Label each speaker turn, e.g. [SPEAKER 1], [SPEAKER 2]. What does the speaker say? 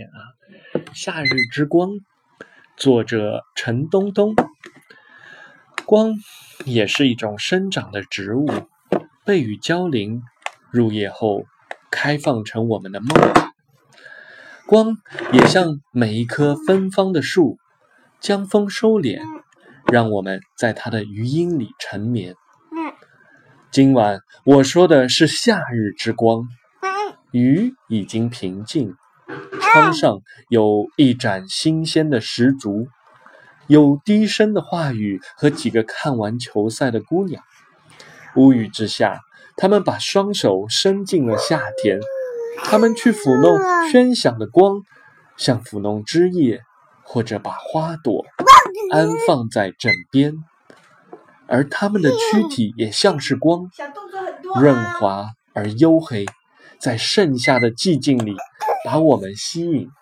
[SPEAKER 1] 夏日之光，作者陈东东。光也是一种生长的植物，被雨浇淋，入夜后开放成我们的梦。光也像每一棵芬芳的树，将风收敛，让我们在它的余荫里沉眠。今晚我说的是夏日之光，雨已经平静，窗上有一盏新鲜的石烛，有低声的话语和几个看完球赛的姑娘。屋宇之下，他们把双手伸进了夏天，他们去抚弄喧响的光，像抚弄枝叶，或者把花朵安放在枕边。而他们的躯体也像是光，润滑而黝黑，在盛夏的寂静里把我们吸引。